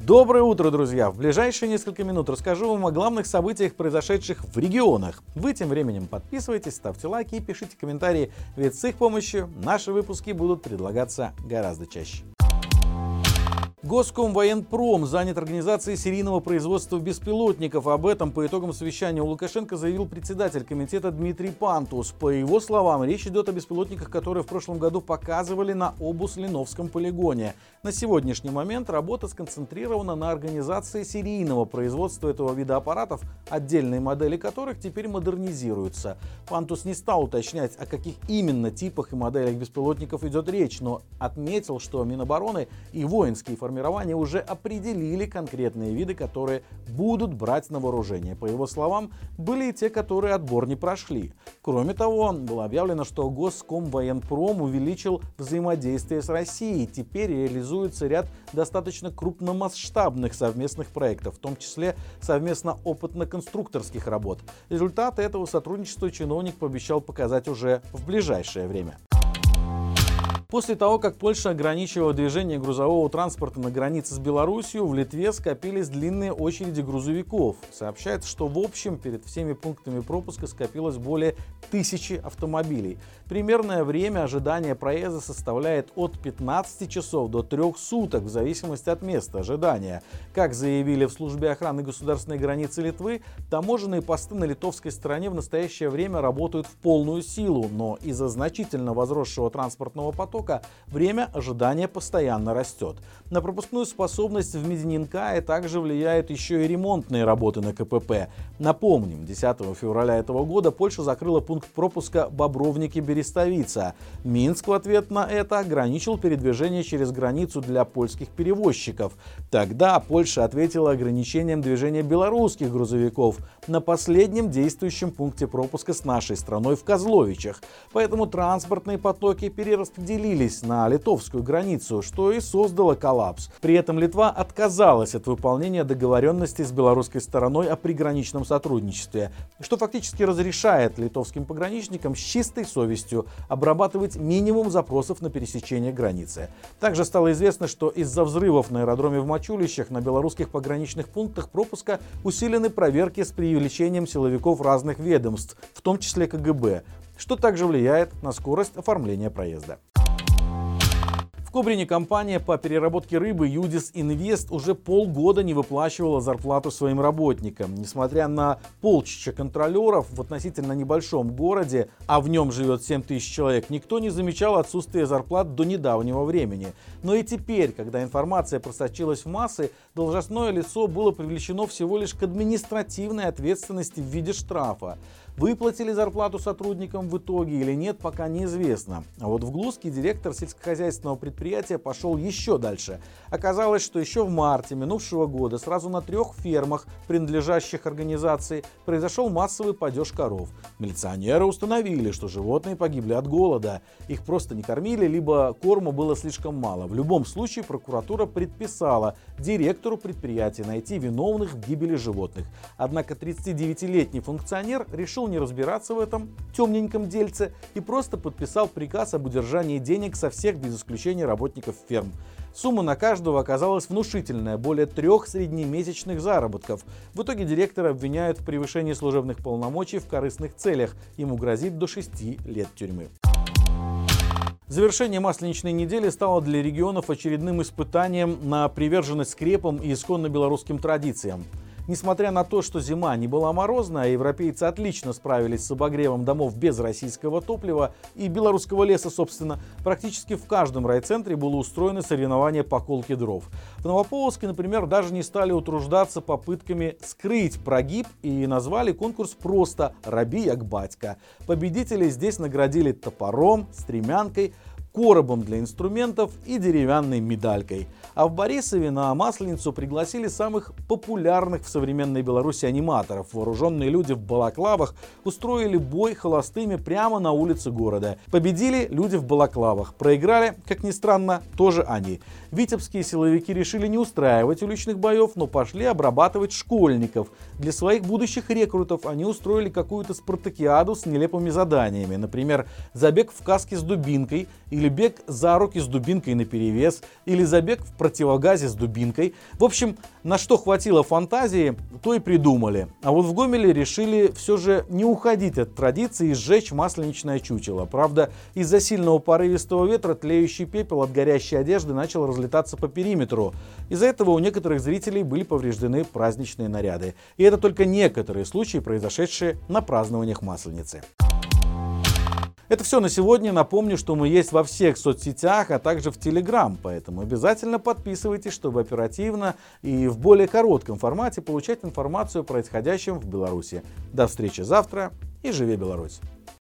Доброе утро, друзья! В ближайшие несколько минут расскажу вам о главных событиях, произошедших в регионах. Вы тем временем подписывайтесь, ставьте лайки и пишите комментарии, ведь с их помощью наши выпуски будут предлагаться гораздо чаще. Госкомвоенпром занят организацией серийного производства беспилотников. Об этом по итогам совещания у Лукашенко заявил председатель комитета Дмитрий Пантус. По его словам, речь идет о беспилотниках, которые в прошлом году показывали на Обус-Леновском полигоне. На сегодняшний момент работа сконцентрирована на организации серийного производства этого вида аппаратов, отдельные модели которых теперь модернизируются. Пантус не стал уточнять, о каких именно типах и моделях беспилотников идет речь, но отметил, что Минобороны и воинские формирования уже определили конкретные виды, которые будут брать на вооружение. По его словам, были и те, которые отбор не прошли. Кроме того, было объявлено, что Госкомвоенпром увеличил взаимодействие с Россией. Теперь реализуется ряд достаточно крупномасштабных совместных проектов, в том числе совместно опытно-конструкторских работ. Результаты этого сотрудничества чиновник пообещал показать уже в ближайшее время. После того, как Польша ограничивала движение грузового транспорта на границе с Белоруссией, в Литве скопились длинные очереди грузовиков. Сообщается, что в общем перед всеми пунктами пропуска скопилось более 1000 автомобилей. Примерное время ожидания проезда составляет от 15 часов до 3 суток, в зависимости от места ожидания. Как заявили в службе охраны государственной границы Литвы, таможенные посты на литовской стороне в настоящее время работают в полную силу, но из-за значительно возросшего транспортного потока время ожидания постоянно растет. На пропускную способность в Медининкае также влияют еще и ремонтные работы на КПП. Напомним, 10 февраля этого года Польша закрыла пункт пропуска Бобровники-Берестовица. Минск в ответ на это ограничил передвижение через границу для польских перевозчиков. Тогда Польша ответила ограничением движения белорусских грузовиков на последнем действующем пункте пропуска с нашей страной в Козловичах. Поэтому транспортные потоки перераспределились на литовскую границу, что и создало коллапс. При этом Литва отказалась от выполнения договоренности с белорусской стороной о приграничном сотрудничестве, что фактически разрешает литовским пограничникам с чистой совестью обрабатывать минимум запросов на пересечение границы. Также стало известно, что из-за взрывов на аэродроме в Мачулищах на белорусских пограничных пунктах пропуска усилены проверки с привлечением силовиков разных ведомств, в том числе КГБ, что также влияет на скорость оформления проезда. В Кобрине компания по переработке рыбы Юдис Инвест уже полгода не выплачивала зарплату своим работникам. Несмотря на полчища контролеров в относительно небольшом городе, а в нем живет 7000 человек, никто не замечал отсутствие зарплат до недавнего времени. Но и теперь, когда информация просочилась в массы, должностное лицо было привлечено всего лишь к административной ответственности в виде штрафа. Выплатили зарплату сотрудникам в итоге или нет, пока неизвестно. А вот в Глузке директор сельскохозяйственного предприятия пошел еще дальше. Оказалось, что еще в марте минувшего года сразу на 3 фермах, принадлежащих организации, произошел массовый падеж коров. Милиционеры установили, что животные погибли от голода. Их просто не кормили, либо корма было слишком мало. В любом случае прокуратура предписала директору предприятия найти виновных в гибели животных. Однако 39-летний функционер решил не разбираться в этом темненьком дельце и просто подписал приказ об удержании денег со всех без исключения работников ферм. Сумма на каждого оказалась внушительная, более 3 среднемесячных заработков. В итоге директора обвиняют в превышении служебных полномочий в корыстных целях. Ему грозит до 6 лет тюрьмы. Завершение масленичной недели стало для регионов очередным испытанием на приверженность скрепам и исконно белорусским традициям. Несмотря на то, что зима не была морозная, а европейцы отлично справились с обогревом домов без российского топлива и белорусского леса, собственно, практически в каждом райцентре было устроено соревнование по колке дров. В Новополоцке, например, даже не стали утруждаться попытками скрыть прогиб и назвали конкурс просто «Раби як батька». Победителей здесь наградили топором, стремянкой, коробом для инструментов и деревянной медалькой. А в Борисове на Масленицу пригласили самых популярных в современной Беларуси аниматоров. Вооруженные люди в балаклавах устроили бой холостыми прямо на улице города. Победили люди в балаклавах. Проиграли, как ни странно, тоже они. Витебские силовики решили не устраивать уличных боев, но пошли обрабатывать школьников. Для своих будущих рекрутов они устроили какую-то спартакиаду с нелепыми заданиями. Например, забег в каске с дубинкой, или бег за руки с дубинкой наперевес, или забег в противогазе с дубинкой. В общем, на что хватило фантазии, то и придумали. А вот в Гомеле решили все же не уходить от традиции и сжечь масленичное чучело. Правда, из-за сильного порывистого ветра тлеющий пепел от горящей одежды начал разлетаться по периметру. Из-за этого у некоторых зрителей были повреждены праздничные наряды. И это только некоторые случаи, произошедшие на празднованиях Масленицы. Это все на сегодня. Напомню, что мы есть во всех соцсетях, а также в Telegram, поэтому обязательно подписывайтесь, чтобы оперативно и в более коротком формате получать информацию о происходящем в Беларуси. До встречи завтра и живи Беларусь!